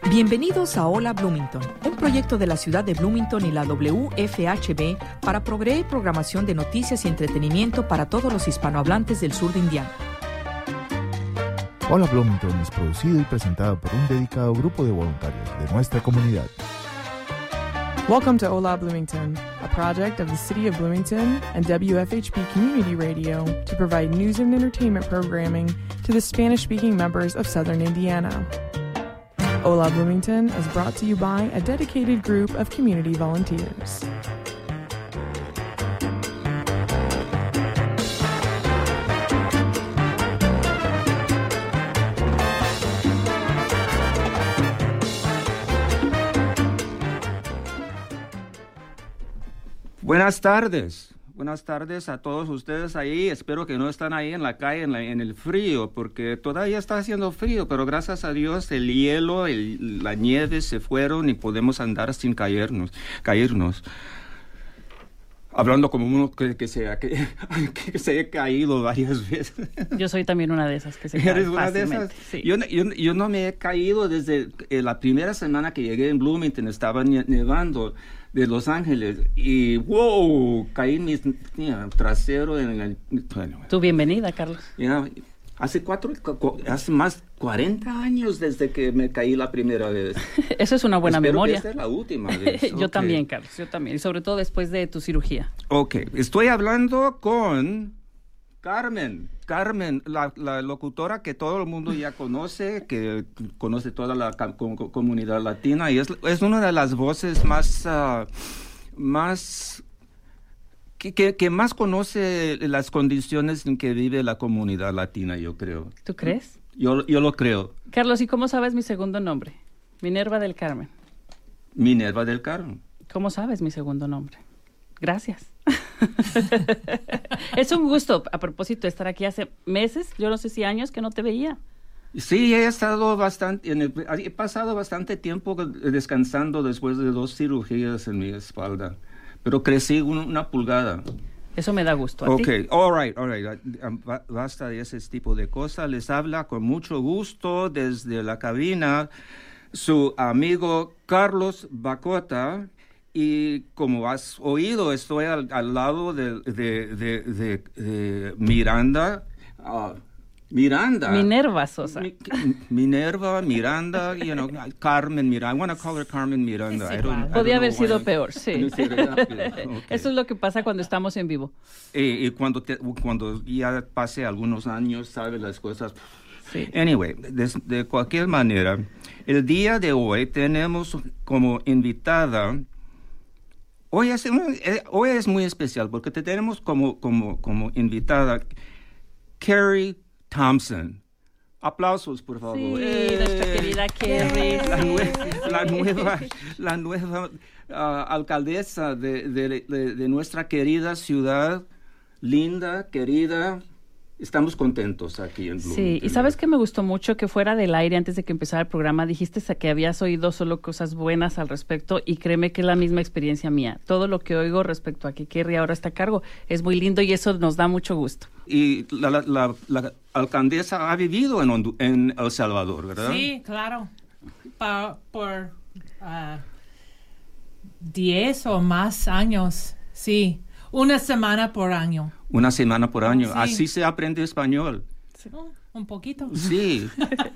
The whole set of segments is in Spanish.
Bienvenidos a Hola Bloomington, un proyecto de la ciudad de Bloomington y la WFHB para proveer programación de noticias y entretenimiento para todos los hispanohablantes del sur de Indiana. Hola Bloomington es producido y presentado por un dedicado grupo de voluntarios de nuestra comunidad. Welcome to Hola Bloomington, a project of the City of Bloomington and WFHB Community Radio to provide news and entertainment programming to the Spanish-speaking members of Southern Indiana. Hola Bloomington is brought to you by a dedicated group of community volunteers. Buenas tardes a todos ustedes ahí. Espero que no están ahí en la calle en el frío, porque todavía está haciendo frío, pero gracias a Dios el hielo, la nieve se fueron y podemos andar sin caernos. Hablando como uno que se ha caído varias veces. Yo soy también una de esas que se cae ¿Eres una de fácilmente? esas? Sí. Yo no me he caído desde la primera semana que llegué en Bloomington. Estaba nevando de Los Ángeles y wow, caí en mi trasero en el... Bueno, Tu bienvenida, Carlos. Hace más 40 años desde que me caí la primera vez. Eso es una buena memoria. Espero que esta es la última vez. Yo Okay. también, Carlos, yo también. Y sobre todo después de tu cirugía. Ok, estoy hablando con Carmen, la locutora que todo el mundo ya conoce, que conoce toda la comunidad latina, y es una de las voces que más conoce las condiciones en que vive la comunidad latina, yo creo. ¿Tú crees? Yo lo creo. Carlos, ¿y cómo sabes mi segundo nombre? Minerva del Carmen. Minerva del Carmen. ¿Cómo sabes mi segundo nombre? Gracias. Es un gusto, a propósito, de estar aquí hace meses, yo no sé si años que no te veía. Sí, he pasado bastante tiempo descansando después de 2 cirugías en mi espalda, pero crecí una pulgada. Eso me da gusto. ¿A ti? Ok, all right. Basta de ese tipo de cosas. Les habla con mucho gusto desde la cabina su amigo Carlos Bacota. Y como has oído, estoy al lado de Miranda. Minerva Sosa. Minerva, Miranda, Carmen Miranda. I want to call her Carmen Miranda. Podía haber sido peor, sí. Okay. Eso es lo que pasa cuando estamos en vivo. Y cuando ya pase algunos años, sabes las cosas. Sí. Anyway, de cualquier manera, el día de hoy tenemos como invitada. Hoy es muy especial porque te tenemos como invitada Carrie Thompson. Aplausos, por favor. Sí, nuestra querida Carrie. La nueva alcaldesa de nuestra querida ciudad, linda, querida. Estamos contentos aquí en Bloomington. Sí, y sabes que me gustó mucho que fuera del aire, antes de que empezara el programa, dijiste que habías oído solo cosas buenas al respecto, y créeme que es la misma experiencia mía. Todo lo que oigo respecto a que Carrie ahora está a cargo es muy lindo y eso nos da mucho gusto. Y la alcaldesa ha vivido en El Salvador, ¿verdad? Sí, claro. Por 10 o más años, sí. Una semana por año. Una semana por año. Sí. Así se aprende español. Sí. Un poquito. Sí.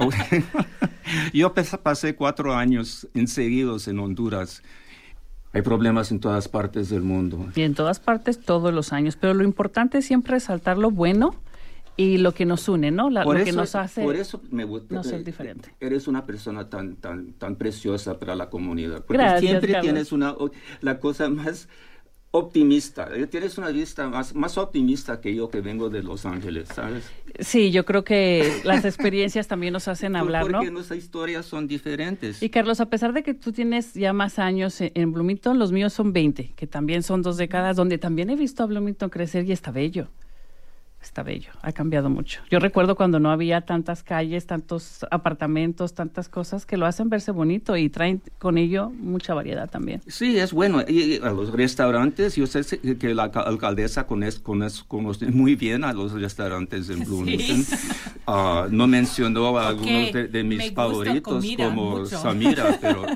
Yo pasé 4 años seguidos en Honduras. Hay problemas en todas partes del mundo. Y en todas partes, todos los años. Pero lo importante es siempre resaltar lo bueno y lo que nos une, ¿no? Lo que nos hace no ser diferente. Eres una persona tan preciosa para la comunidad. Porque Gracias, siempre Carlos. tienes la cosa más optimista. Tienes una vista más optimista que yo, que vengo de Los Ángeles, ¿sabes? Sí, yo creo que las experiencias también nos hacen hablar, ¿no? Porque nuestras historias son diferentes. Y Carlos, a pesar de que tú tienes ya más años en Bloomington, los míos son 20, que también son 2 décadas, donde también he visto a Bloomington crecer y está bello. Está bello, ha cambiado mucho. Yo recuerdo cuando no había tantas calles, tantos apartamentos, tantas cosas que lo hacen verse bonito y traen con ello mucha variedad también. Sí, es bueno. Y a los restaurantes, yo sé que la alcaldesa conoce muy bien a los restaurantes en Bloomington. Sí. No mencionó a algunos de mis favoritos como mucho. Samira,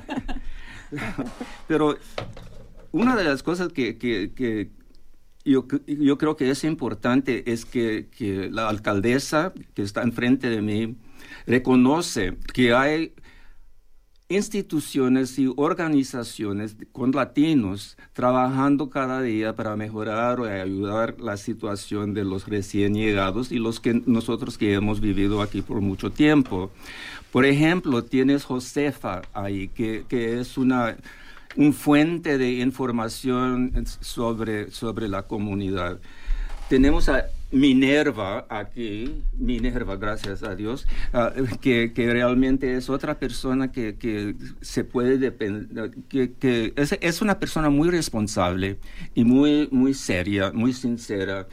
pero una de las cosas que yo creo que es importante es que la alcaldesa que está enfrente de mí reconoce que hay instituciones y organizaciones con latinos trabajando cada día para mejorar o ayudar la situación de los recién llegados y nosotros que hemos vivido aquí por mucho tiempo. Por ejemplo, tienes Josefa ahí, que es un fuente de información sobre la comunidad. Tenemos a Minerva aquí, gracias a Dios, que realmente es otra persona que se puede depender, que es una persona muy responsable y muy seria, muy sincera,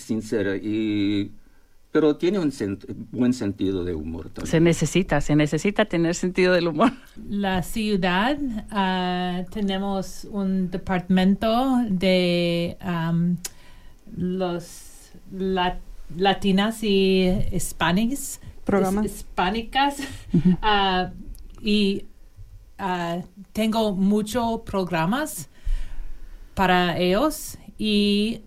pero tiene un buen sentido de humor también. Se necesita tener sentido del humor. La ciudad, tenemos un departamento de los latinas y hispánicas. Programas. Hispánicas. Y tengo muchos programas para ellos y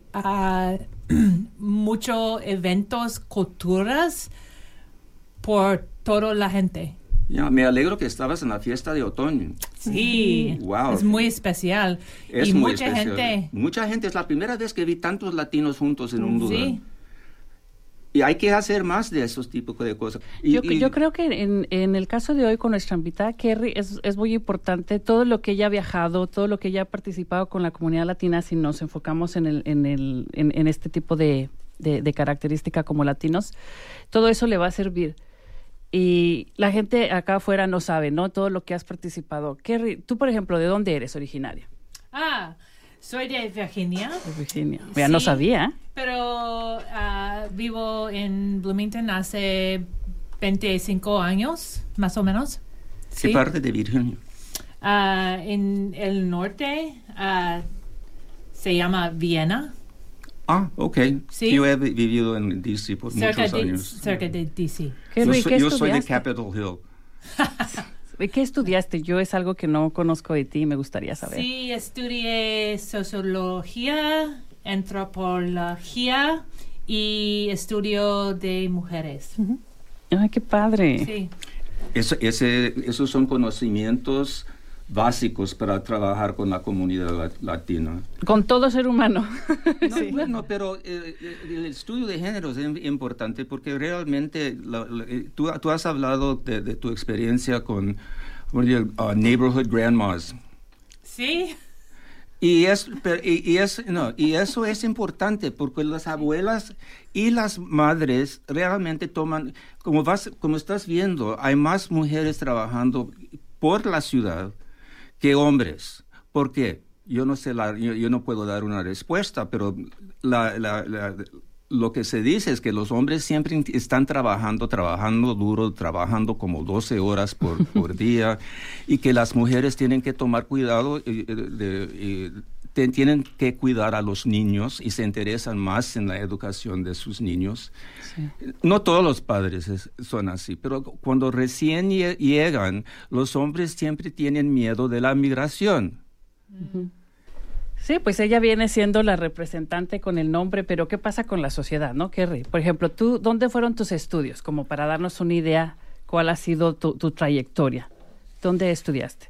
muchos eventos, culturas por toda la gente. Ya, me alegro que estabas en la fiesta de otoño. Sí, wow. Es muy especial. Es y muy mucha especial. gente. Mucha gente, es la primera vez que vi tantos latinos juntos en un lugar. Sí. Y hay que hacer más de esos tipos de cosas. Yo creo que en el caso de hoy con nuestra invitada, Kerry, es muy importante todo lo que ella ha viajado, todo lo que ella ha participado con la comunidad latina, si nos enfocamos en este tipo de característica como latinos, todo eso le va a servir. Y la gente acá afuera no sabe, ¿no? Todo lo que has participado. Kerry, tú, por ejemplo, ¿de dónde eres originaria? Soy de Virginia. De Virginia. Ya no sabía. Pero vivo en Bloomington hace 25 años, más o menos. ¿Qué Sí. parte de Virginia? En el norte se llama Viena. Ok. Sí. Yo he vivido en D.C. por muchos años. Cerca de D.C. Kerry, ¿qué Yo soy de estudiaste? Capitol Hill. ¿Qué estudiaste? Yo es algo que no conozco de ti y me gustaría saber. Sí, estudié sociología, antropología y estudio de mujeres. Ay, qué padre. Sí. Esos son conocimientos básicos para trabajar con la comunidad latina. Con todo ser humano. No, bueno, pero el estudio de género es importante porque realmente tú has hablado de tu experiencia con Neighborhood Grandmas. Sí. Y eso es importante porque las abuelas y las madres realmente toman, como estás viendo, hay más mujeres trabajando por la ciudad que hombres. ¿Por qué? Yo no sé, yo no puedo dar una respuesta, pero lo que se dice es que los hombres siempre están trabajando duro, trabajando como 12 horas por día, y que las mujeres tienen que tomar cuidado, tienen que cuidar a los niños y se interesan más en la educación de sus niños. Sí. No todos los padres son así, pero cuando recién llegan, los hombres siempre tienen miedo de la migración. Uh-huh. Sí, pues ella viene siendo la representante con el nombre, pero ¿qué pasa con la sociedad, no, Kerry? Por ejemplo, ¿tú dónde fueron tus estudios? Como para darnos una idea, ¿cuál ha sido tu trayectoria? ¿Dónde estudiaste?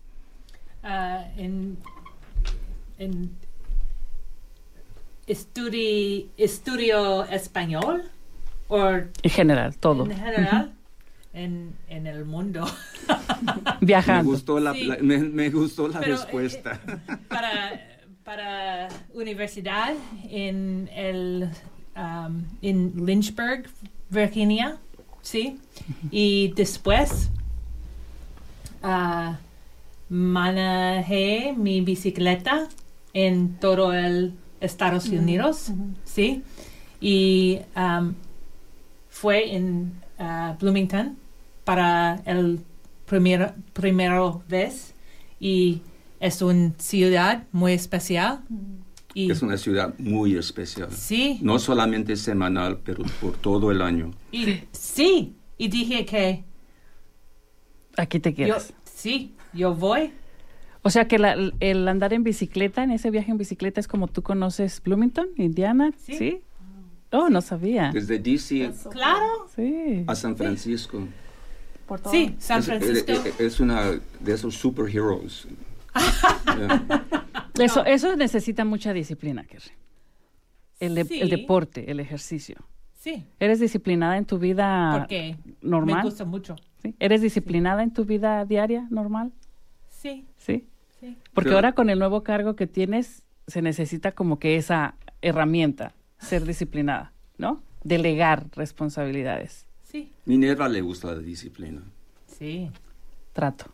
Estudio español. En general, todo. En general, en el mundo. Viajando. Me gustó la respuesta. Para universidad en Lynchburg, Virginia, sí. Y después manejé mi bicicleta en todo el Estados Unidos, sí. y fue en Bloomington para el primera vez y es una ciudad muy especial. Y es una ciudad muy especial. Sí. No solamente semanal, pero por todo el año. Sí, y dije que... Aquí te quedas. Yo voy. O sea que el andar en bicicleta, en ese viaje en bicicleta, es como tú conoces Bloomington, Indiana. ¿Sí? Oh, no sabía. Desde D.C. Claro. Sí. a San Francisco. Sí, San Francisco. Es una de esos superheroes. Eso necesita mucha disciplina, Kerry. El deporte, el ejercicio. Sí. ¿Eres disciplinada en tu vida Porque normal? me gusta mucho. ¿Sí? ¿Eres disciplinada en tu vida diaria normal? Sí. Sí. Sí. Porque ahora con el nuevo cargo que tienes, se necesita como que esa herramienta, ser disciplinada, ¿no? Delegar responsabilidades. Sí. Minerva le gusta la disciplina. Sí. Trato.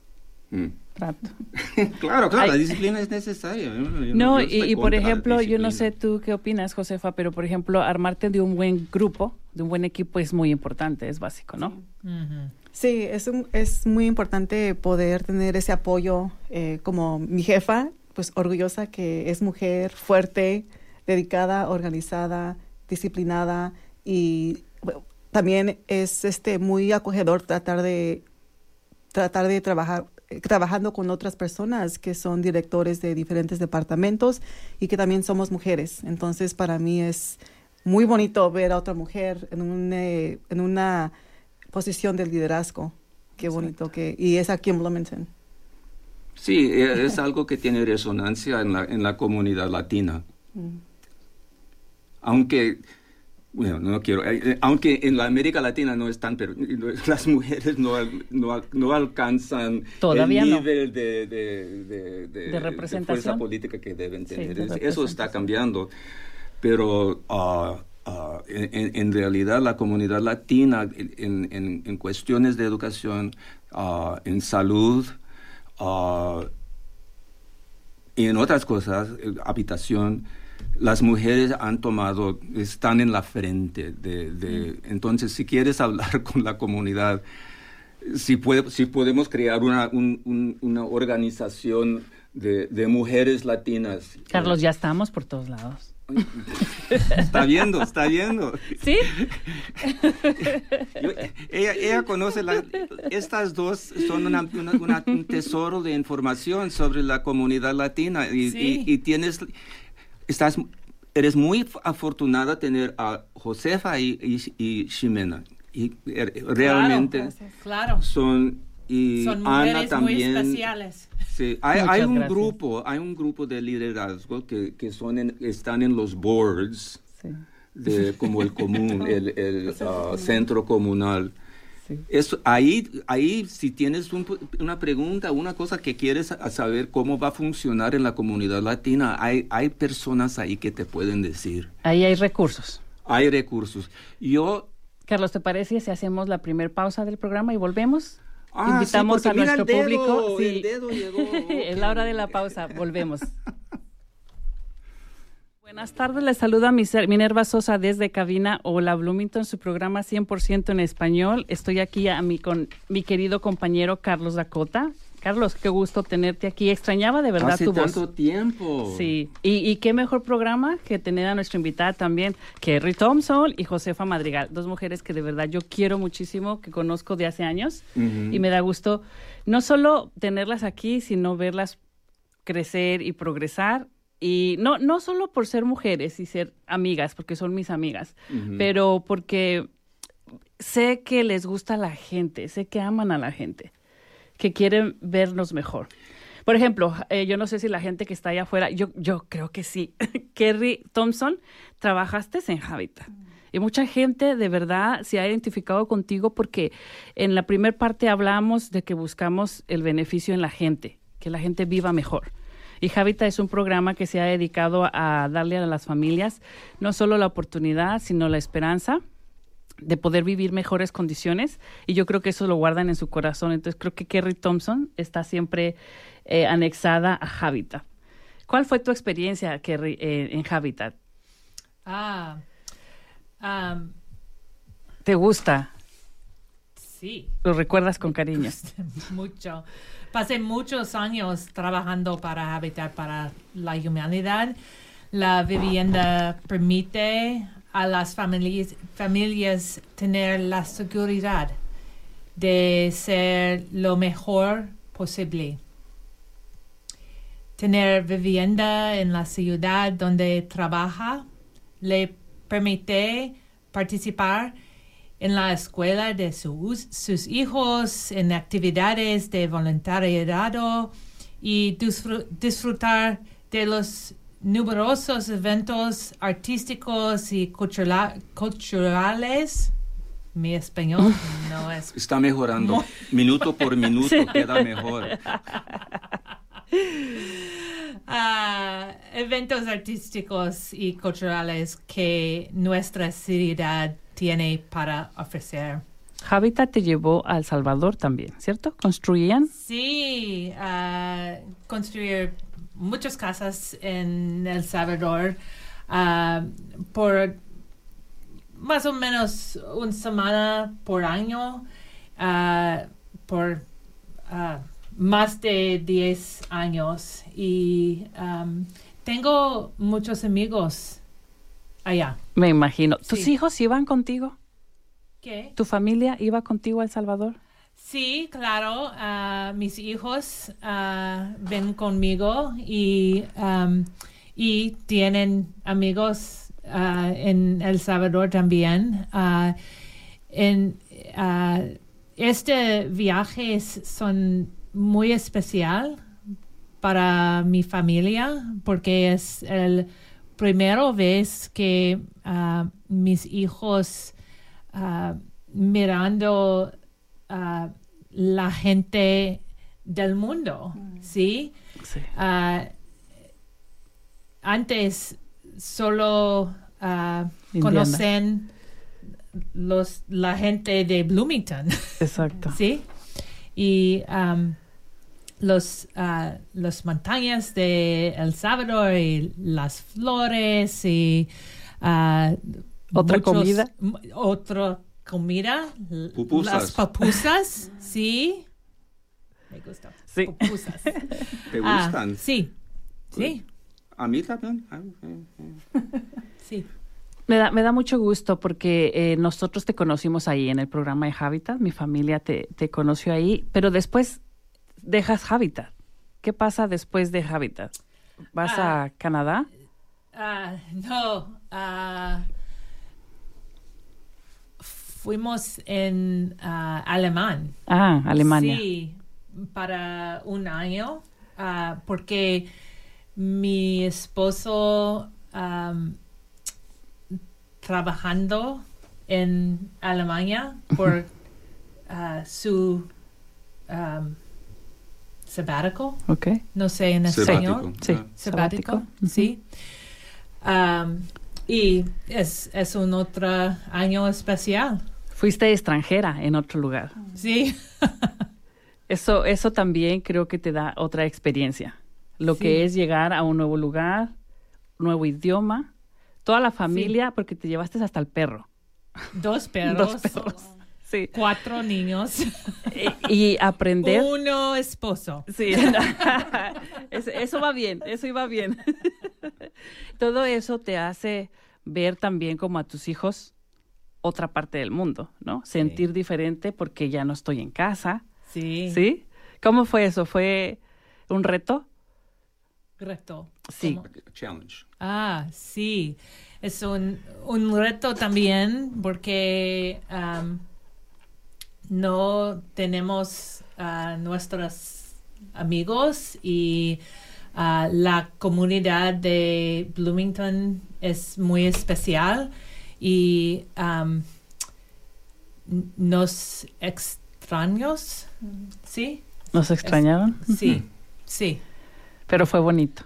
Claro, la disciplina es necesaria. No, y por ejemplo, yo no sé tú qué opinas, Josefa, pero por ejemplo, armarte de un buen grupo, de un buen equipo es muy importante, es básico, ¿no? Sí, es muy importante poder tener ese apoyo, como mi jefa, pues orgullosa que es mujer fuerte, dedicada, organizada, disciplinada y bueno, también es muy acogedor tratar de trabajando con otras personas que son directores de diferentes departamentos y que también somos mujeres. Entonces, para mí es muy bonito ver a otra mujer en una posición de liderazgo. Qué bonito y es aquí en Bloomington. Sí, es algo que tiene resonancia en la comunidad latina. Aunque... Bueno, no quiero... aunque en la América Latina no están, pero las mujeres no alcanzan todavía el nivel de representación, de fuerza política que deben tener. Sí, eso está cambiando. Pero en realidad la comunidad latina en cuestiones de educación, en salud y en otras cosas, habitación, las mujeres están en la frente. Entonces, si quieres hablar con la comunidad, si podemos crear una organización de mujeres latinas. Carlos, ya estamos por todos lados. Está viendo. ¿Sí? Ella conoce, estas dos son un tesoro de información sobre la comunidad latina y eres muy afortunada tener a Josefa y Ximena. Y realmente claro. son mujeres Ana también, muy especiales. Sí, hay un gracias. grupo de liderazgo que están en los boards, sí, como el común, el centro comunal. Sí. Ahí si tienes una pregunta, una cosa que quieres saber cómo va a funcionar en la comunidad latina, hay personas ahí que te pueden decir. Ahí hay recursos. Hay recursos. Carlos, ¿te parece si hacemos la primera pausa del programa y volvemos? Invitamos sí, a nuestro público. Sí. El dedo llegó. Es la hora de la pausa. Volvemos. Buenas tardes, les saluda Minerva Sosa desde cabina Hola Bloomington, su programa 100% en español. Estoy aquí con mi querido compañero Carlos Dakota. Carlos, qué gusto tenerte aquí. Extrañaba de verdad tu voz. Hace tanto tiempo. Sí, y qué mejor programa que tener a nuestra invitada también, Kerry Thompson y Josefa Madrigal, dos mujeres que de verdad yo quiero muchísimo, que conozco de hace años, y me da gusto no solo tenerlas aquí, sino verlas crecer y progresar. Y no solo por ser mujeres y ser amigas, porque son mis amigas, pero porque sé que les gusta la gente, sé que aman a la gente, que quieren vernos mejor. Por ejemplo, yo no sé si la gente que está allá afuera, yo creo que sí. Kerry Thompson, trabajaste en Habitat. Y mucha gente de verdad se ha identificado contigo porque en la primera parte hablamos de que buscamos el beneficio en la gente, que la gente viva mejor. Y Habitat es un programa que se ha dedicado a darle a las familias no solo la oportunidad, sino la esperanza de poder vivir mejores condiciones. Y yo creo que eso lo guardan en su corazón. Entonces creo que Kerry Thompson está siempre anexada a Habitat. ¿Cuál fue tu experiencia, Kerry, en Habitat? ¿Te gusta? Sí. ¿Lo recuerdas con cariño? Mucho. Pasé muchos años trabajando para Habitat para la Humanidad. La vivienda permite a las familias tener la seguridad de ser lo mejor posible. Tener vivienda en la ciudad donde trabaja le permite participar en la escuela de sus hijos, en actividades de voluntariado y disfrutar de los numerosos eventos artísticos y culturales. Mi español no es... Está mejorando. Minuto por minuto queda mejor. Eventos artísticos y culturales que nuestra ciudad tiene para ofrecer. Habitat te llevó a El Salvador también, ¿cierto? ¿Construían? Sí, construir muchas casas en El Salvador por más o menos una semana por año, por más de 10 años. Y tengo muchos amigos allá. Me imagino. Sí. ¿Tus hijos iban contigo? ¿Qué? ¿Tu familia iba contigo a El Salvador? Sí, claro. Mis hijos ven conmigo y tienen amigos en El Salvador también. Este viaje son muy especial para mi familia porque es el primera vez que mis hijos mirando la gente del mundo, ¿sí? Sí. Antes solo conocen la gente de Bloomington. Exacto. ¿Sí? Y las montañas de El Salvador y las flores y ¿Otra comida? Otra comida. Pupusas. Las pupusas, sí. Me gusta. Sí. Pupusas. ¿Te gustan? Sí. Sí. A mí también. Sí. Me da mucho gusto porque nosotros te conocimos ahí en el programa de Habitat. Mi familia te conoció ahí, pero después dejas Habitat. ¿Qué pasa después de Habitat? ¿Vas a Canadá? No. Fuimos en Alemania. Alemania. Sí, para un año, porque mi esposo trabajando en Alemania por su sabbatical. Okay. No sé en español. Sí. Sabático, sí. Y es un otro año especial. Fuiste extranjera en otro lugar. Sí. Eso también creo que te da otra experiencia. Lo Sí. que es llegar a un nuevo lugar, nuevo idioma, toda la familia, porque te llevaste hasta el perro. 2 perros. 2 perros. Sí. 4 niños. Y aprender. Uno esposo. Sí. Eso va bien, eso iba bien. Todo eso te hace ver también como a tus hijos otra parte del mundo, ¿no? Sentir diferente porque ya no estoy en casa. Sí. ¿Sí? ¿Cómo fue eso? ¿Fue un reto? Reto. Sí. ¿Cómo? Challenge. Sí. Es un reto también porque no tenemos nuestros amigos y la comunidad de Bloomington es muy especial y nos extraños, ¿sí? ¿Nos extrañaron? Sí, sí. Pero fue bonito.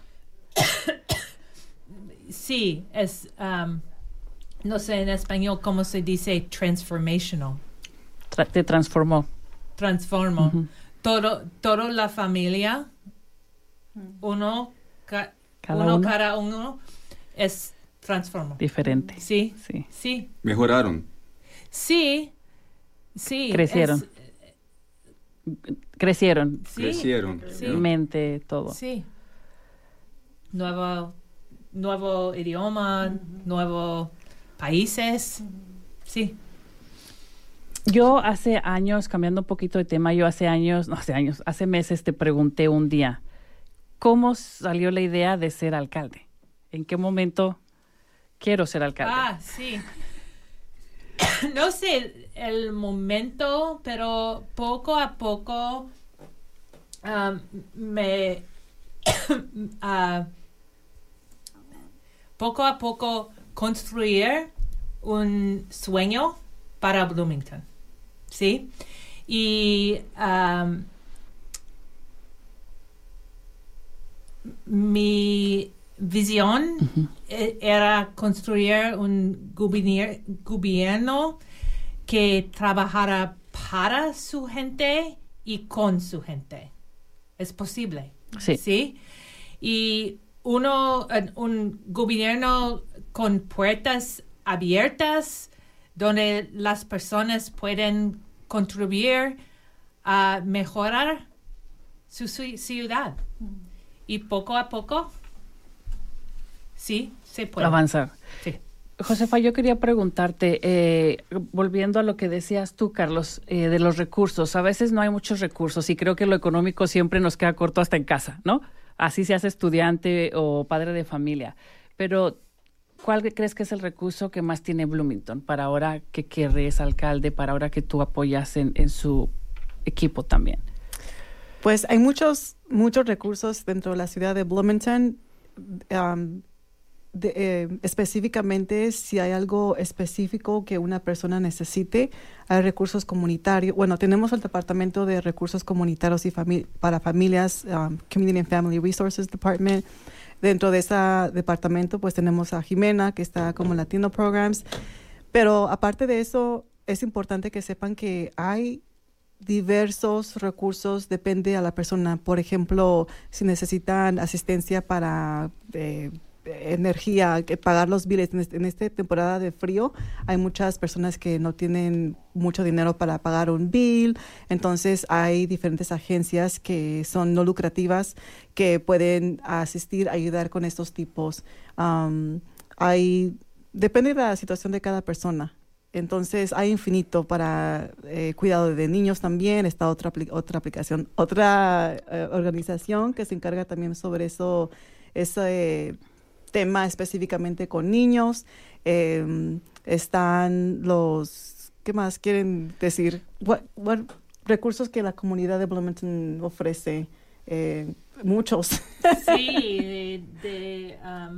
Sí, es, no sé en español cómo se dice transformational. Te transformó. Transformo. Ujú. Toda la familia, Cada uno. cada uno es transformó. Diferente. Sí, Sí. sí, Mejoraron. sí, sí. Crecieron. Crecieron. Sí, Crecieron. sí. Mente, todo. Sí. Nuevo idioma, nuevos países. Sí. Yo hace años, cambiando un poquito de tema, hace meses te pregunté un día, ¿cómo salió la idea de ser alcalde? ¿En qué momento quiero ser alcalde? Ah, sí. No sé el momento, pero poco a poco poco a poco construir un sueño para Bloomington, ¿sí? Y mi visión era construir un gobierno que trabajara para su gente y con su gente. Es posible. Sí. ¿Sí? Y un gobierno con puertas abiertas donde las personas pueden contribuir a mejorar su ciudad. Y poco a poco, sí, se puede. Avanzar. Sí. Josefa, yo quería preguntarte, volviendo a lo que decías tú, Carlos, de los recursos. A veces no hay muchos recursos y creo que lo económico siempre nos queda corto hasta en casa, ¿no? Así seas estudiante o padre de familia. Pero, ¿cuál crees que es el recurso que más tiene Bloomington para ahora que eres alcalde, para ahora que tú apoyas en su equipo también? Pues hay muchos recursos dentro de la ciudad de Bloomington. Específicamente, si hay algo específico que una persona necesite, hay recursos comunitarios. Bueno, tenemos el Departamento de Recursos Comunitarios y para Familias, Community and Family Resources Department. Dentro de ese departamento, pues tenemos a Jimena, que está como Latino Programs. Pero aparte de eso, es importante que sepan que hay diversos recursos, depende a la persona. Por ejemplo, si necesitan asistencia para energía, que pagar los biles. En esta temporada de frío hay muchas personas que no tienen mucho dinero para pagar un bill, entonces hay diferentes agencias que son no lucrativas que pueden asistir, ayudar con estos tipos. Depende de la situación de cada persona. Entonces hay infinito para cuidado de niños también. Está otra aplicación, otra organización que se encarga también sobre ese tema específicamente con niños. Están ¿qué más quieren decir? What recursos que la comunidad de Bloomington ofrece? Muchos. Sí, de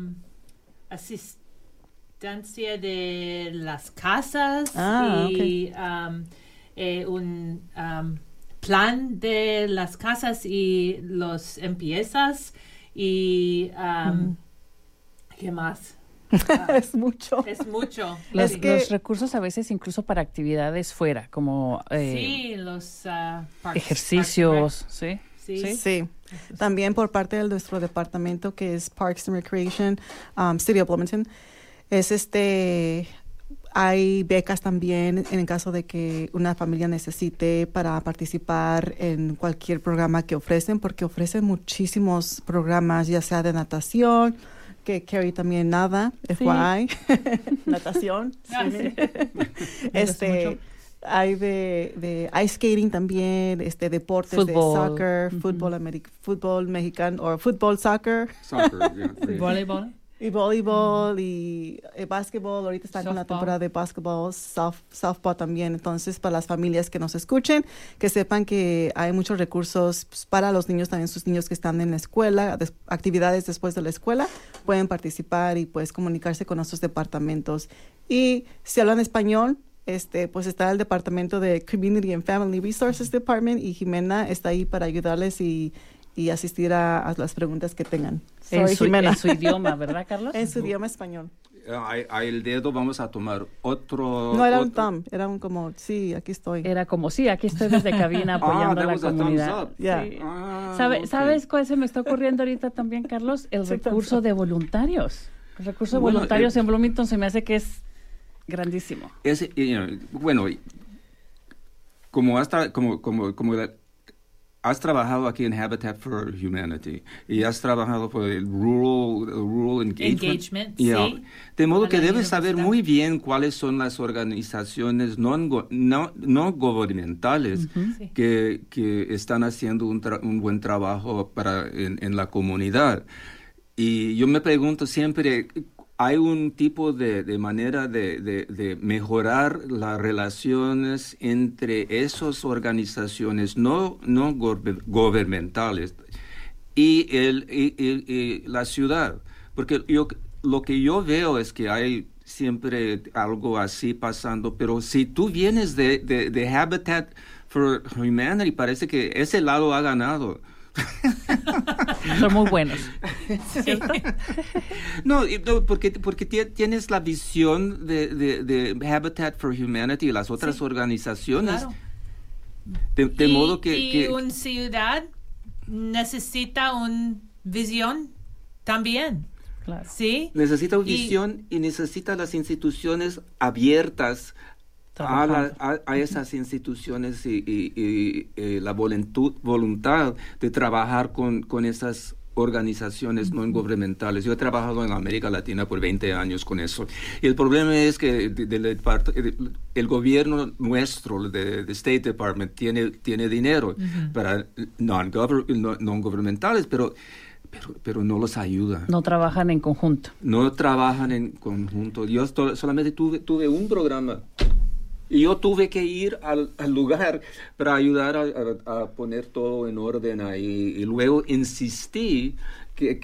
asistencia de las casas y un plan de las casas y los empiezas y ¿qué más? Es mucho. Es mucho. Los recursos a veces incluso para actividades fuera, como sí, los ejercicios, ¿sí? Sí. También por parte de nuestro departamento que es Parks and Recreation, City of Bloomington, hay becas también en el caso de que una familia necesite para participar en cualquier programa que ofrecen, porque ofrecen muchísimos programas, ya sea de natación, que Carrie también nada, FYI, natación. Sí. Hay de ice skating también, deportes fútbol. De soccer, fútbol mexicano o fútbol, soccer. Voleibol. Y voleibol y básquetbol. Ahorita están con la temporada de básquetbol, softball también. Entonces, para las familias que nos escuchen, que sepan que hay muchos recursos para los niños, también sus niños que están en la escuela, actividades después de la escuela, pueden participar y pues comunicarse con nuestros departamentos. Y si hablan español, pues está el departamento de Community and Family Resources Department y Jimena está ahí para ayudarles y asistir a las preguntas que tengan. En su idioma, ¿verdad, Carlos? En su idioma español. A el dedo vamos a tomar otro... No, era un thumb, era un como, sí, aquí estoy. Era como, sí, aquí estoy desde cabina apoyando a la comunidad. Yeah. Sí. ¿Sabes cuál se me está ocurriendo ahorita también, Carlos? El recurso de voluntarios. El recurso de voluntarios en Bloomington se me hace que es grandísimo. Bueno, como has trabajado aquí en Habitat for Humanity y has trabajado por el Rural Engagement, sí. De modo que debes saber muy bien cuáles son las organizaciones no gubernamentales que están haciendo un buen trabajo en la comunidad. Y yo me pregunto siempre, ¿hay un tipo de manera de mejorar las relaciones entre esas organizaciones no gubernamentales y la ciudad? Porque lo que yo veo es que hay siempre algo así pasando, pero si tú vienes de Habitat for Humanity, parece que ese lado ha ganado. Son muy buenos, ¿cierto? No, porque tienes la visión de Habitat for Humanity y las otras organizaciones. Claro. De modo que una ciudad necesita una visión también. Claro. ¿Sí? necesita una visión y necesita las instituciones abiertas a esas instituciones y la voluntad de trabajar con esas organizaciones no gubernamentales. Yo he trabajado en América Latina por 20 años con eso. Y el problema es que el gobierno nuestro, de State Department, tiene dinero para non-gubernamentales, pero no los ayuda. No trabajan en conjunto. Yo solamente tuve un programa. Y yo tuve que ir al lugar para ayudar a poner todo en orden ahí. Y luego insistí que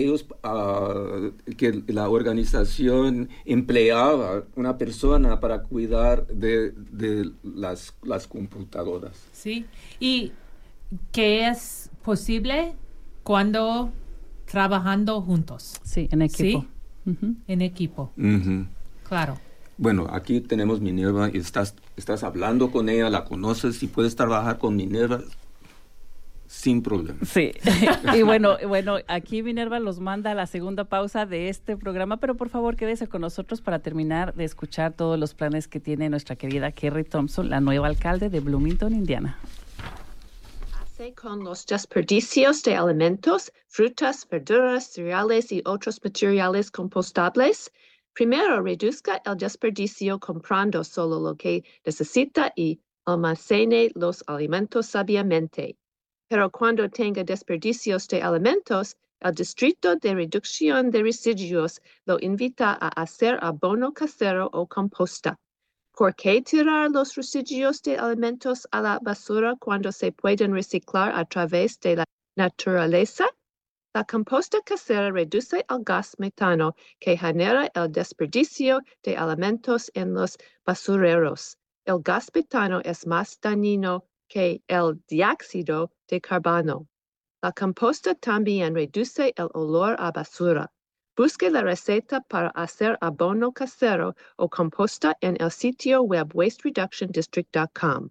la organización empleaba una persona para cuidar de las computadoras. Sí. ¿Y qué es posible cuando trabajando juntos? Sí, en equipo. ¿Sí? En equipo. Claro. Bueno, aquí tenemos Minerva y estás hablando con ella, la conoces y puedes trabajar con Minerva sin problema. Sí, y bueno, aquí Minerva los manda a la segunda pausa de este programa, pero por favor quédese con nosotros para terminar de escuchar todos los planes que tiene nuestra querida Kerry Thompson, la nueva alcalde de Bloomington, Indiana. Con los desperdicios de alimentos, frutas, verduras, cereales y otros materiales compostables. Primero, reduzca el desperdicio comprando solo lo que necesita y almacene los alimentos sabiamente. Pero cuando tenga desperdicios de alimentos, el Distrito de Reducción de Residuos lo invita a hacer abono casero o composta. ¿Por qué tirar los residuos de alimentos a la basura cuando se pueden reciclar a través de la naturaleza? La composta casera reduce el gas metano que genera el desperdicio de alimentos en los basureros. El gas metano es más dañino que el dióxido de carbono. La composta también reduce el olor a basura. Busque la receta para hacer abono casero o composta en el sitio web wastereductiondistrict.com.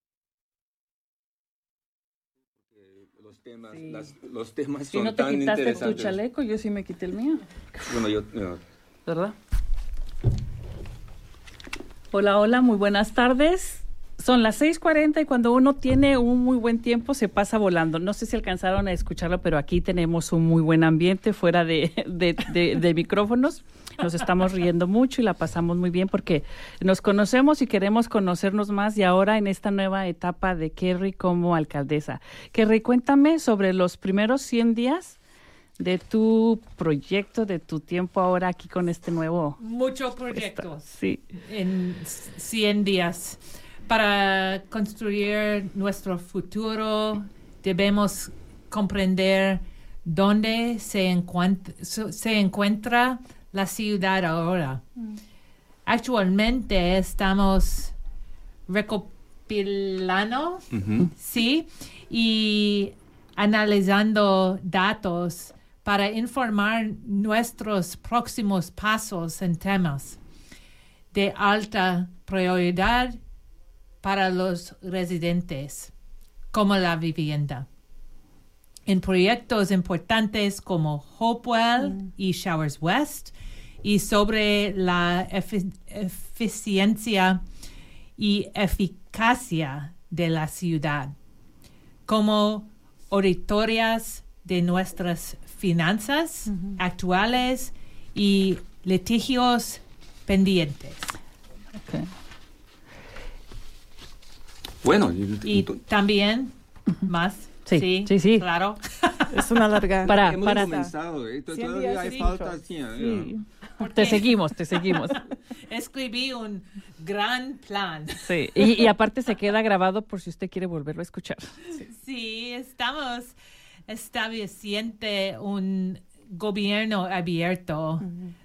Los temas Si son no te tan quitaste interesantes. tu chaleco, yo sí me quité el mío. Bueno, ¿Verdad? Hola, muy buenas tardes. Son las 6:40 y cuando uno tiene un muy buen tiempo se pasa volando. No sé si alcanzaron a escucharlo, pero aquí tenemos un muy buen ambiente fuera de micrófonos. Nos estamos riendo mucho y la pasamos muy bien porque nos conocemos y queremos conocernos más y ahora en esta nueva etapa de Kerry como alcaldesa. Kerry, cuéntame sobre los primeros 100 días de tu proyecto, de tu tiempo ahora aquí con este nuevo... Muchos proyectos. Sí. En 100 días. Para construir nuestro futuro, debemos comprender dónde se encuentra la ciudad ahora. Actualmente estamos recopilando, ¿sí? Y analizando datos para informar nuestros próximos pasos en temas de alta prioridad para los residentes, como la vivienda. En proyectos importantes como Hopewell y Showers West, y sobre la eficiencia y eficacia de la ciudad, como auditorias de nuestras finanzas actuales y litigios pendientes. Okay. Bueno, Y también más. Sí. Claro. Es una larga. Hemos comenzado, todavía hay falta. Sí. Te seguimos. Escribí un gran plan. Sí, y aparte se queda grabado por si usted quiere volverlo a escuchar. Sí, estamos estableciendo un gobierno abierto,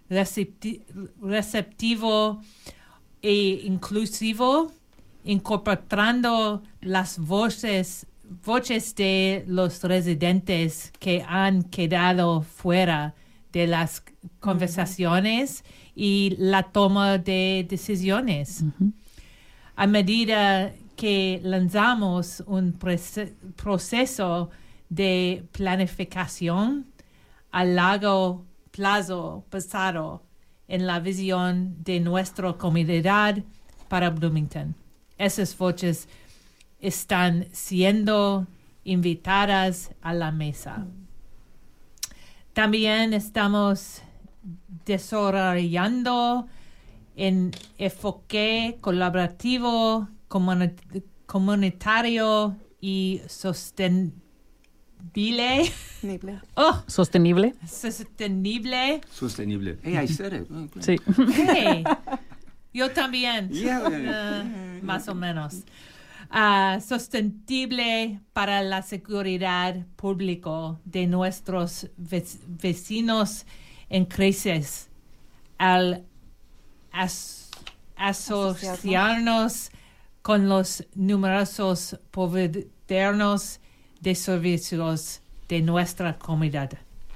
receptivo e inclusivo, incorporando las voces de los residentes que han quedado fuera de las conversaciones y la toma de decisiones. A medida que lanzamos un proceso de planificación a largo plazo basado en la visión de nuestra comunidad para Bloomington. Esas voces están siendo invitadas a la mesa. También estamos desarrollando un enfoque colaborativo, comunitario y sostenible. Sostenible. Hey, I said it. Sí. Hey, yo también. Más o menos. Sostenible para la seguridad pública de nuestros vecinos en crisis al asociarnos con los numerosos proveedores de servicios de nuestra comunidad.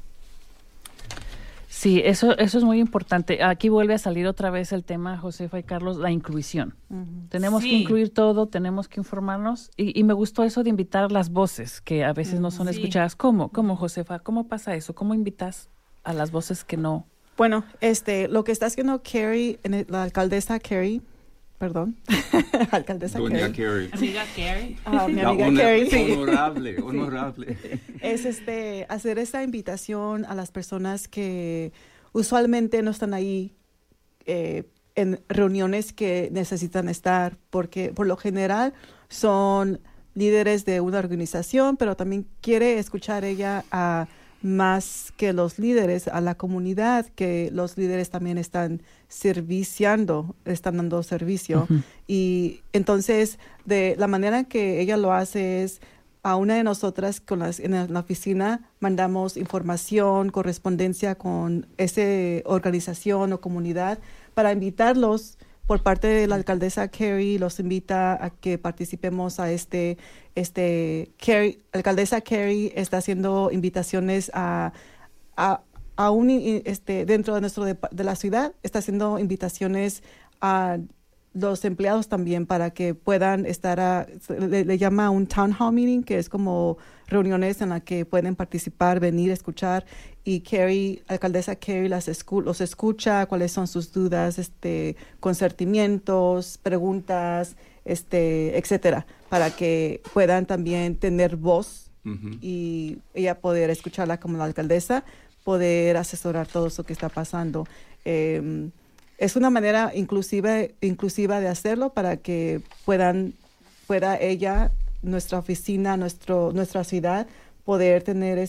Sí, eso es muy importante. Aquí vuelve a salir otra vez el tema, Josefa y Carlos, la inclusión. Tenemos que incluir todo, tenemos que informarnos y me gustó eso de invitar las voces que a veces no son escuchadas. ¿Cómo, Josefa? ¿Cómo pasa eso? ¿Cómo invitas a las voces que no? Bueno, lo que está haciendo Carrie, la alcaldesa Carrie, perdón, alcaldesa Doña Carrie. Amiga Carrie. Mi amiga Carrie, sí. Honorable. Es hacer esta invitación a las personas que usualmente no están ahí en reuniones que necesitan estar, porque por lo general son líderes de una organización, pero también quiere escuchar ella a más que los líderes, a la comunidad, que los líderes también están están dando servicio. Y entonces, de la manera que ella lo hace es, a una de nosotras en la oficina mandamos información, correspondencia con esa organización o comunidad para invitarlos. Por parte de la alcaldesa Carrie, los invita a que participemos a alcaldesa Carrie está haciendo invitaciones dentro de la ciudad, está haciendo invitaciones a los empleados también para que puedan estar le llama un town hall meeting, que es como reuniones en las que pueden participar, venir, escuchar, y alcaldesa Carrie los escucha, cuáles son sus dudas, consentimientos, preguntas, etcétera, para que puedan también tener voz y ella poder escucharla como la alcaldesa, poder asesorar todo eso que está pasando. Es una manera inclusiva de hacerlo para que pueda ella, nuestra oficina, nuestra ciudad, poder tener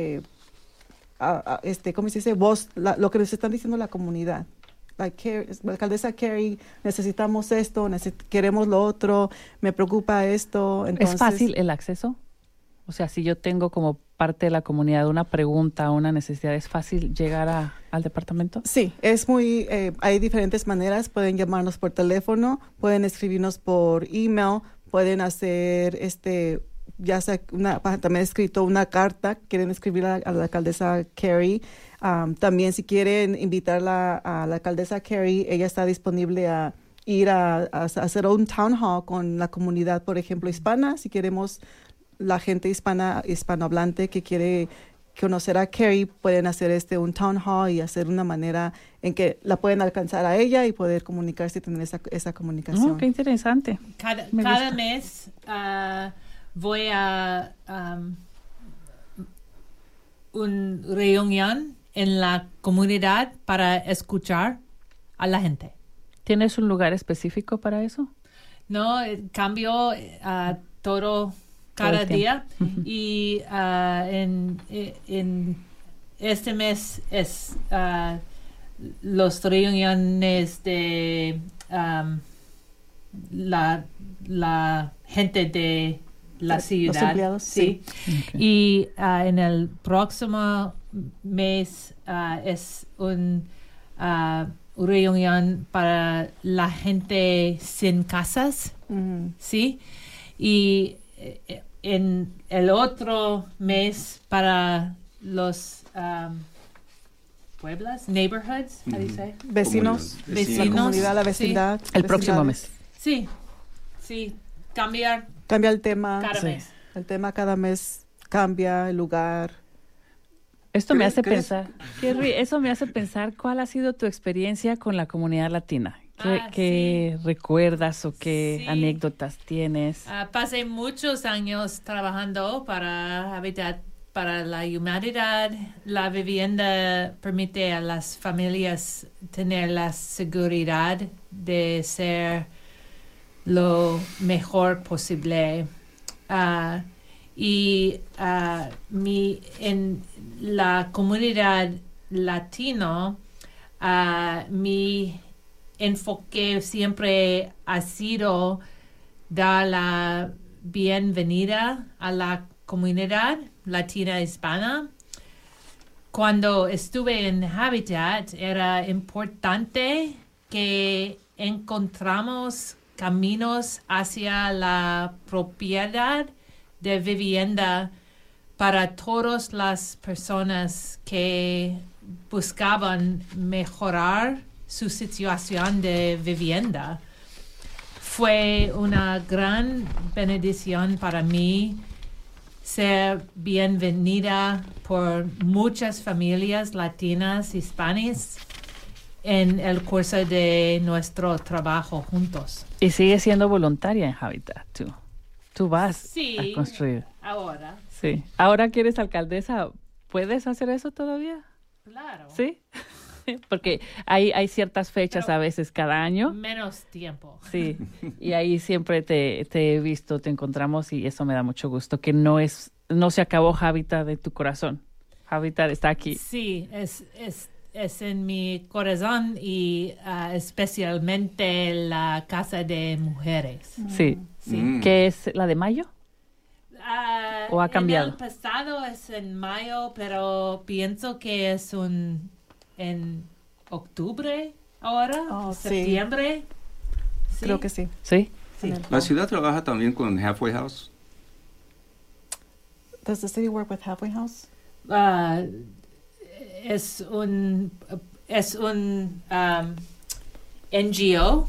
¿cómo se dice? Voz, lo que nos están diciendo la comunidad. La alcaldesa Carrie, necesitamos esto, queremos lo otro, me preocupa esto. Entonces, ¿es fácil el acceso? O sea, si yo tengo como parte de la comunidad una pregunta, una necesidad, ¿es fácil llegar al departamento? Sí, hay diferentes maneras. Pueden llamarnos por teléfono, pueden escribirnos por email, pueden hacer también he escrito una carta, quieren escribir a la alcaldesa Carrie. También si quieren invitarla a la alcaldesa Carrie, ella está disponible a ir a hacer un town hall con la comunidad, por ejemplo, hispana, si queremos la gente hispanohablante que quiere conocer a Carrie, pueden hacer un town hall y hacer una manera en que la pueden alcanzar a ella y poder comunicarse y tener esa comunicación. Qué interesante. Cada mes voy a una reunión en la comunidad para escuchar a la gente. ¿Tienes un lugar específico para eso? No, cambio todo cada día. Uh-huh. Y en este mes es las reuniones de la gente de la ciudad. Los empleados, sí. Okay. Y en el próximo mes es una reunión para la gente sin casas, ¿sí? Y en el otro mes para los pueblos, neighborhoods, how do you say? Vecinos. La comunidad, la vecindad. Sí. El próximo mes. Sí, cambia el tema. Cada mes. El tema cada mes cambia, el lugar. Esto me hace pensar, Kerry, eso me hace pensar cuál ha sido tu experiencia con la comunidad latina. ¿Qué recuerdas o qué anécdotas tienes? Pasé muchos años trabajando para Habitat para la Humanidad. La vivienda permite a las familias tener la seguridad de ser lo mejor posible. En la comunidad latino, mi enfoque siempre ha sido dar la bienvenida a la comunidad latina hispana. Cuando estuve en Habitat, era importante que encontramos caminos hacia la propiedad de vivienda para todas las personas que buscaban mejorar su situación de vivienda. Fue una gran bendición para mí ser bienvenida por muchas familias latinas hispanas en el curso de nuestro trabajo juntos. Y sigues siendo voluntaria en Habitat, tú vas a construir. Ahora. Sí. Ahora que eres alcaldesa, ¿puedes hacer eso todavía? Claro. ¿Sí? Porque hay ciertas fechas a veces cada año. Menos tiempo. Sí, y ahí siempre te he visto, te encontramos y eso me da mucho gusto, que no se acabó Habitat de tu corazón. Habitat está aquí. Sí, es en mi corazón y especialmente la Casa de Mujeres. Sí. ¿Qué es la de mayo? ¿O ha cambiado? En el pasado es en mayo, pero pienso que es en octubre ahora, septiembre. Sí. Creo que sí. ¿Sí? La ciudad trabaja también con Halfway House. Does the city work with Halfway House? Es un NGO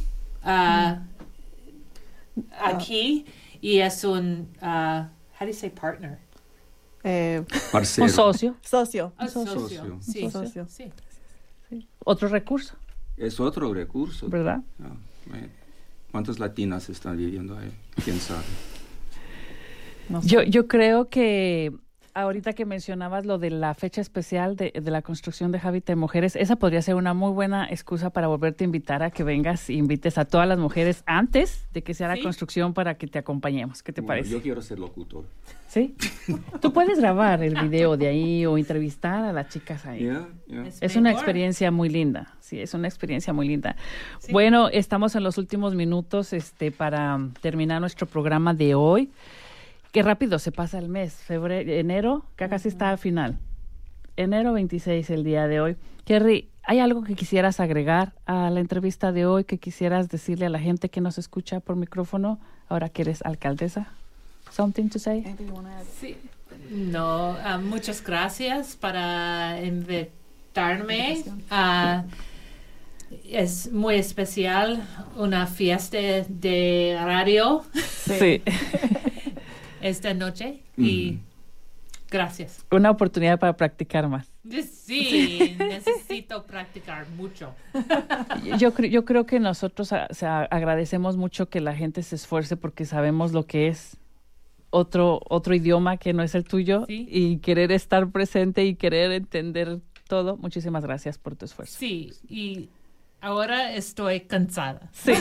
aquí y es un how do you say partner? Un socio. Socio. Sí. Otro recurso. Es otro recurso. ¿Verdad? ¿Cuántas latinas están viviendo ahí? ¿Quién sabe? No sé. Yo creo que ahorita que mencionabas lo de la fecha especial de la construcción de Habitat de Mujeres, esa podría ser una muy buena excusa para volverte a invitar a que vengas e invites a todas las mujeres antes de que sea la construcción para que te acompañemos. ¿Qué te parece? Yo quiero ser locutor. ¿Sí? Tú puedes grabar el video de ahí o entrevistar a las chicas ahí. Es una experiencia muy linda. Sí, es una experiencia muy linda. Sí. Bueno, estamos en los últimos minutos para terminar nuestro programa de hoy. Qué rápido se pasa el mes, enero, que casi está al final. Enero 26, el día de hoy. Kerry, ¿hay algo que quisieras agregar a la entrevista de hoy, que quisieras decirle a la gente que nos escucha por micrófono, ahora que eres alcaldesa? Something to say? Sí. No, muchas gracias para invitarme. Es muy especial, una fiesta de radio. Sí. Esta noche y Gracias. Una oportunidad para practicar más. Sí, necesito practicar mucho. Yo creo que nosotros agradecemos mucho que la gente se esfuerce porque sabemos lo que es otro idioma que no es el tuyo, ¿sí? Y querer estar presente y querer entender todo. Muchísimas gracias por tu esfuerzo. Sí, y ahora estoy cansada. Sí.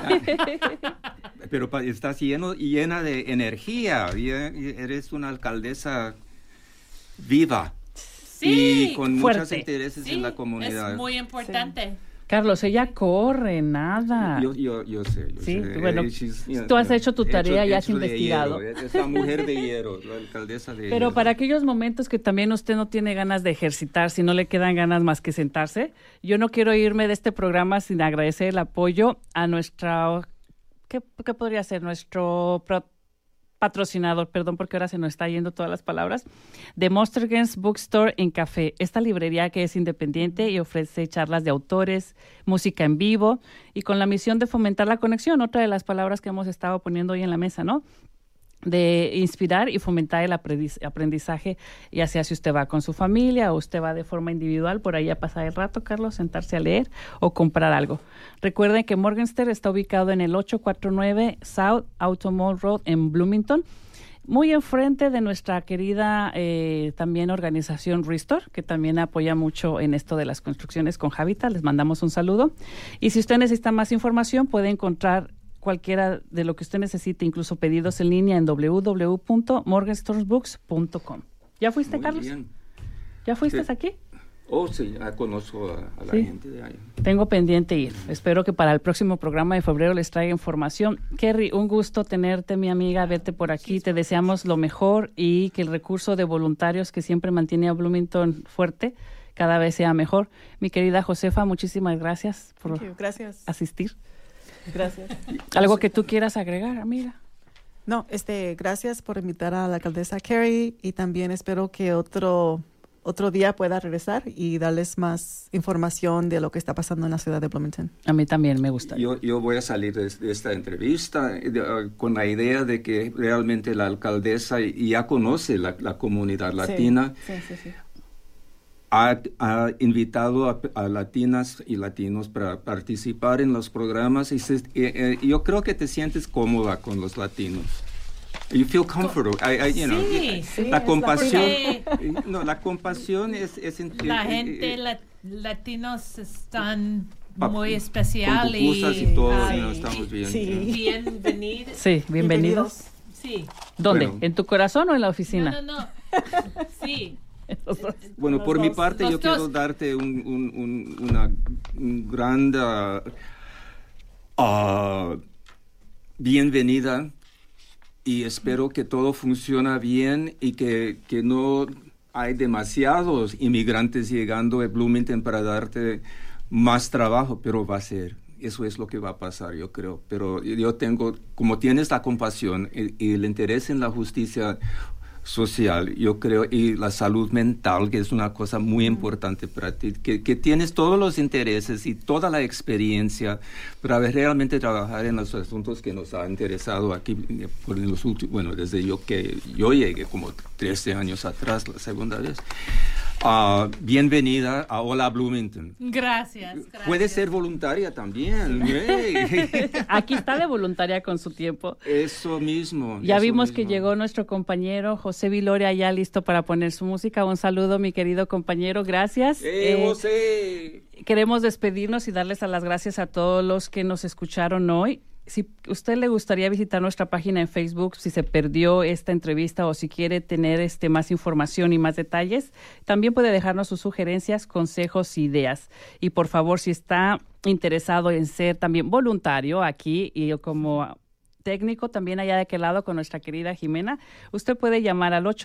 Pero estás llena de energía. Eres una alcaldesa viva. Sí, y con fuerte. Muchos intereses en la comunidad. Es muy importante. Sí. Carlos, ella corre, nada. Yo sé. Sí, bueno, tú has hecho tu tarea y has investigado. Es la mujer de hierro, la alcaldesa de Pero hierro. para aquellos momentos que también usted no tiene ganas de ejercitar, si no le quedan ganas más que sentarse, yo no quiero irme de este programa sin agradecer el apoyo a nuestra, ¿qué podría ser? Nuestro patrocinador, perdón porque ahora se nos está yendo todas las palabras, de Monstergens Bookstore en Café. Esta librería que es independiente y ofrece charlas de autores, música en vivo y con la misión de fomentar la conexión, otra de las palabras que hemos estado poniendo hoy en la mesa, ¿no? De inspirar y fomentar el aprendizaje, ya sea si usted va con su familia o usted va de forma individual por ahí a pasar el rato, Carlos, sentarse a leer o comprar algo. Recuerden que Morgenstern está ubicado en el 849 South Automall Road en Bloomington, muy enfrente de nuestra querida también organización Restore, que también apoya mucho en esto de las construcciones con Habitat. Les mandamos un saludo. Y si usted necesita más información, puede encontrar cualquiera de lo que usted necesite, incluso pedidos en línea en www.morgenstorsbooks.com. ¿Ya fuiste, Muy Carlos? Bien. ¿Ya fuiste Sí. aquí? Oh, sí, ya conozco a la gente de ahí. Tengo pendiente ir. Espero que para el próximo programa de febrero les traiga información. Kerry, un gusto tenerte, mi amiga, verte por aquí. Te deseamos lo mejor y que el recurso de voluntarios que siempre mantiene a Bloomington fuerte cada vez sea mejor. Mi querida Josefa, muchísimas gracias por asistir. Gracias. ¿Algo que tú quieras agregar, amiga? No, gracias por invitar a la alcaldesa Carrie y también espero que otro día pueda regresar y darles más información de lo que está pasando en la ciudad de Bloomington. A mí también me gusta. Yo voy a salir de esta entrevista con la idea de que realmente la alcaldesa ya conoce la comunidad latina. Sí. Ha invitado a latinas y latinos para participar en los programas y yo creo que te sientes cómoda con los latinos. You feel comfortable. La compasión. La compasión es la gente latinos están muy especial con pupusas y todo, estamos bien. Sí. Bienvenidos. Sí, bienvenidos. Sí. ¿Dónde? Bueno. ¿En tu corazón o en la oficina? No. Sí. Bueno, por mi parte yo quiero darte una gran bienvenida y espero que todo funcione bien y que no hay demasiados inmigrantes llegando a Bloomington para darte más trabajo, pero va a ser. Eso es lo que va a pasar, yo creo. Pero yo tengo, como tienes la compasión y el interés en la justicia social, yo creo, y la salud mental, que es una cosa muy importante para ti, que tienes todos los intereses y toda la experiencia para realmente trabajar en los asuntos que nos ha interesado aquí por los últimos, bueno, desde que yo llegué como 13 años atrás, la segunda vez. Bienvenida a Hola Bloomington. Gracias. Puede ser voluntaria también. Aquí está de voluntaria con su tiempo. Eso mismo. Ya vimos que llegó nuestro compañero José Viloria ya listo para poner su música. Un saludo, mi querido compañero. Gracias. José. Queremos despedirnos y darles las gracias a todos los que nos escucharon hoy. Si usted le gustaría visitar nuestra página en Facebook, si se perdió esta entrevista o si quiere tener más información y más detalles, también puede dejarnos sus sugerencias, consejos, ideas. Y por favor, si está interesado en ser también voluntario aquí y como técnico también allá de aquel lado con nuestra querida Jimena, usted puede llamar al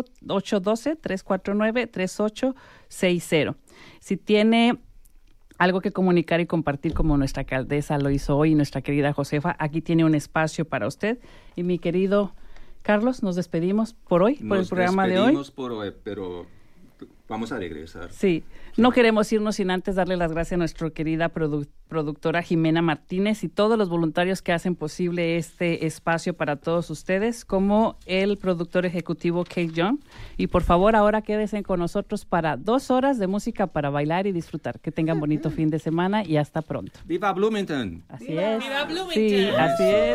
812-349-3860. Si tiene algo que comunicar y compartir como nuestra alcaldesa lo hizo hoy, nuestra querida Josefa, aquí tiene un espacio para usted. Y mi querido Carlos, nos despedimos por hoy, por el programa de hoy. Nos despedimos por hoy, pero Vamos a regresar. Sí, no queremos irnos sin antes darle las gracias a nuestra querida productora Jimena Martínez y todos los voluntarios que hacen posible este espacio para todos ustedes, como el productor ejecutivo Kate Young. Y por favor, ahora quédense con nosotros para 2 horas de música para bailar y disfrutar. Que tengan bonito fin de semana y hasta pronto. ¡Viva Bloomington! Así ¡Viva! es. ¡Viva Bloomington! Sí, así es.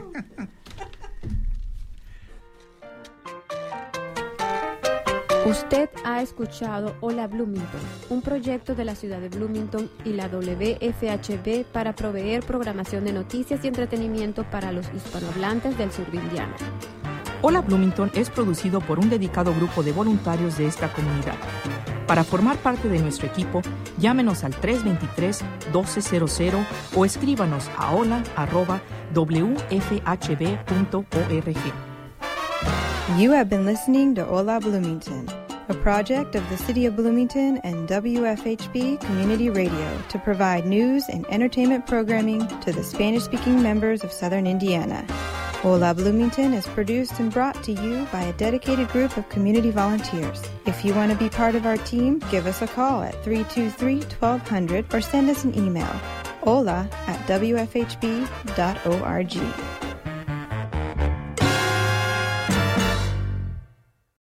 Usted ha escuchado Hola Bloomington, un proyecto de la ciudad de Bloomington y la WFHB para proveer programación de noticias y entretenimiento para los hispanohablantes del sur de Indiana. Hola Bloomington es producido por un dedicado grupo de voluntarios de esta comunidad. Para formar parte de nuestro equipo, llámenos al 323-1200 o escríbanos a hola@wfhb.org. You have been listening to Hola Bloomington, a project of the City of Bloomington and WFHB Community Radio to provide news and entertainment programming to the Spanish-speaking members of Southern Indiana. Hola Bloomington is produced and brought to you by a dedicated group of community volunteers. If you want to be part of our team, give us a call at 323-1200 or send us an email, hola@wfhb.org.